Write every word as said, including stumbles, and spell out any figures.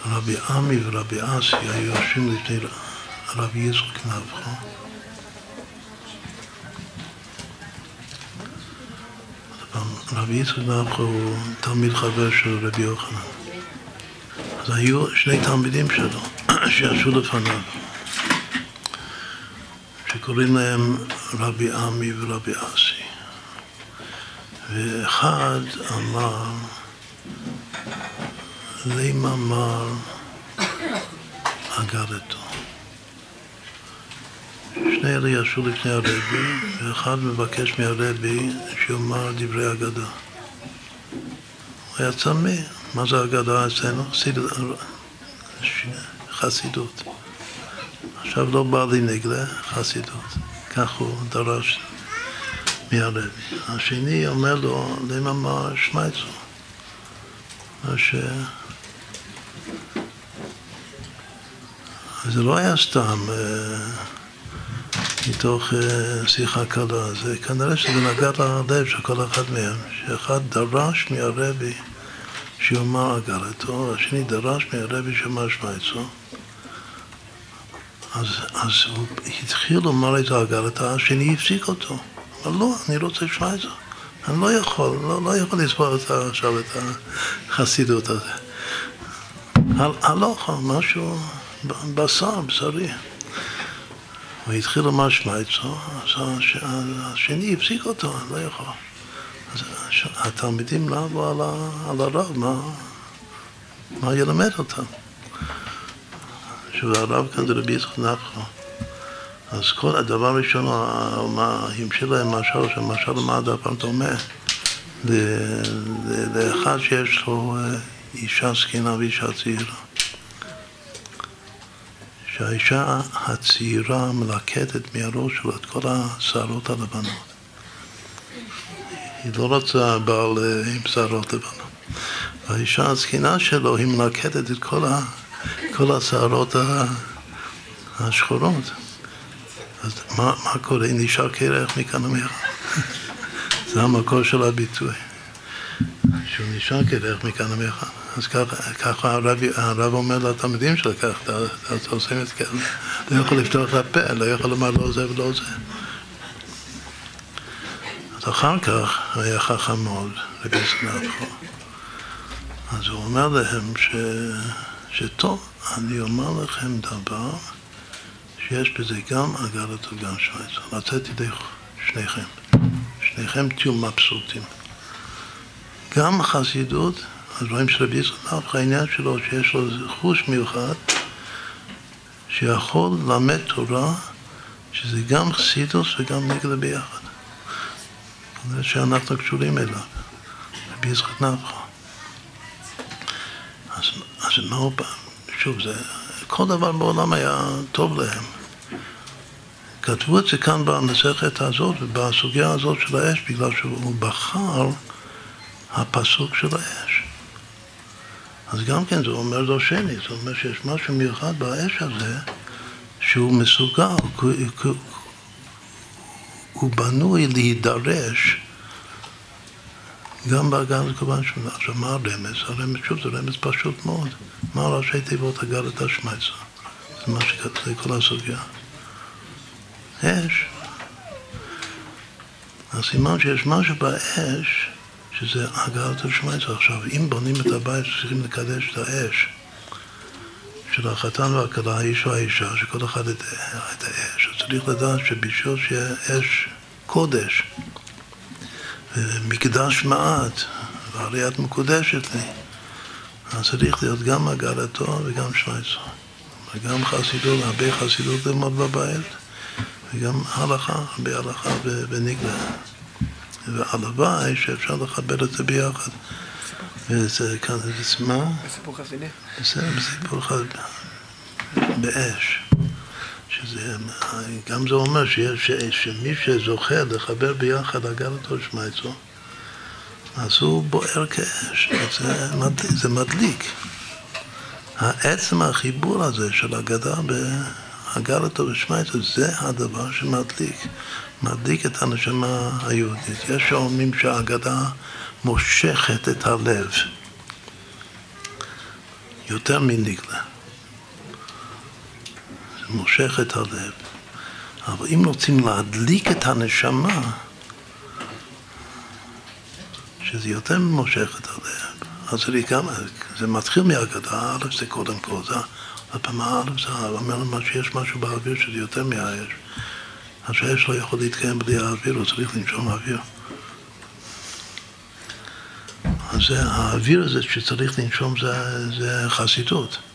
רבי עמי ורבי אסי היו יושבים לפני רבי יצחק נפחא. רבי יצחק נפחא הוא תלמיד חבר של רבי יוחנן. אז היו שני תלמידים שלו שישבו לפניו, שקוראים להם רבי עמי ורבי אסי. ואחד אמר, למה מר אגדתו? שני אלה ישבו לפני הרבי, ואחד מבקש מהרבי שיאמר דברי אגדה. הוא היה צמא. מה זה אגדה אצלנו? חסידות. עכשיו לא בא לי נגלה, חסידות. כך הוא דרש מהרבי. השני אומר לו, למה מר שמייצו? ש... זה לא היה סתם מתוך שיחה קלה, זה כנראה שזה נגע ללב של כל אחד מהם, שאחד דרש מהרבי שיאמר אגדתו, השני דרש מהרבי שיאמר שמייצו. אז, אז הוא התחיל לומר את אגדתה, השני הפסיק אותו. אבל לא, אני רוצה שמייצו. אני לא יכול, לא, לא יכול לסבור עכשיו את החסידות הזה. הלוכה, משהו בשר, בשרי. הוא התחיל לומר שמייצו, אז השני הפסיק אותו, אני לא יכול. אז התלמידים לבו על, על הרב, מה, מה ילמד אותם? שהרב כאן זה רבי יצחק נפחא. אז כל הדבר הראשון, המשיל להם משל, שמשל למה אתה פעם דומה, לאחד שיש לו אישה זקנה ואישה צעירה. שהאישה הצעירה מלקטת מהראש שלו את כל השערות הלבנות. היא לא רוצה בעל עם שערות לבנות. והאישה הזקנה שלו היא מלקטת את כל, ה, כל השערות השחורות. אז מה, מה קורה? נשאר קרח מכאן ומכאן. זה המקור של הביטוי. שהוא נשאר קרח מכאן ומכאן. אז ככה, ככה הרב, הרב אומר לתלמידים שלו, ככה, אתה, אתה עושים את זה, לא יכול לפתוח לפה, לא יכול לומר לא זה ולא זה. אז אחר כך היה חכם מאוד, רבי יצחק נפחא. אז הוא אומר להם ש, שטוב, אני אומר לכם דבר, שיש בזה גם אגדתו וגם שמייצו. לצאת ידי שניכם. שניכם תהיו מבסוטים. גם חסידות, אז רואים שרבי יצחק נפחא, העניין שלו שיש לו חוש מיוחד, שיכול ללמד תורה, שזה גם חסידות וגם נגלה ביחד. זה שאנחנו קשורים אליו. רבי יצחק נפחא. אז, אז מה הוא פעם? שוב, זה... כל דבר בעולם היה טוב להם. כתבו את זה כאן במסכת הזאת ובסוגיה הזאת של האש, בגלל שהוא בחר הפסוק של האש. אז גם כן זה אומר זו שני, זאת אומרת שיש משהו מיוחד באש הזה, שהוא מסוגל, הוא בנוי להידרש גם באגדת קורבן שמונה. עכשיו, מה הרמז? הרמז, שוב, זה רמז פשוט מאוד. מה ראשי תיבות אגדת שמייצו? זה מה שכתוב, זה כל הסוגיה. אש. הסימן שיש משהו באש, שזה אגדת שמייצו. עכשיו, אם בונים את הבית, צריכים לקדש את האש של החתן והכלה, האיש או האישה, שכל אחד את, את האש. אז צריך לדעת שבשביל שיהיה אש קודש, מקדש מעט, והרי את מקודשת לי, אז צריך להיות גם אגדתו וגם שמייצו. וגם חסידות, הרבה חסידות ללמוד בבית, וגם הלכה, הרבה הלכה ונגלה. והלוואי שאפשר לכבד את זה ביחד. וזה כאן, זה מה? בסיפור חסידי. בסדר, בסיפור חסידי. באש. שזה, גם זה אומר שיש, שמי שזוכה לחבר ביחד אגדתו שמייצו, אז הוא בוער כאש, זה, זה מדליק. העצם החיבור הזה של אגדה באגדתו ושמייצו, זה הדבר שמדליק, מדליק את הנשמה היהודית. יש שאומרים שהאגדה מושכת את הלב. יותר מנגלה. זה מושך את הלב. אבל אם רוצים להדליק את הנשמה, שזה יותר מושך את הלב, אז זה, גם, זה מתחיל מהגדה, א' זה קודם כל, זה הפעמה א' זה אומר למה שיש משהו באוויר שזה יותר מהאש. אז האש לא יכול להתקיים בלי האוויר, הוא צריך לנשום אוויר. אז זה, האוויר הזה שצריך לנשום זה, זה חסידות.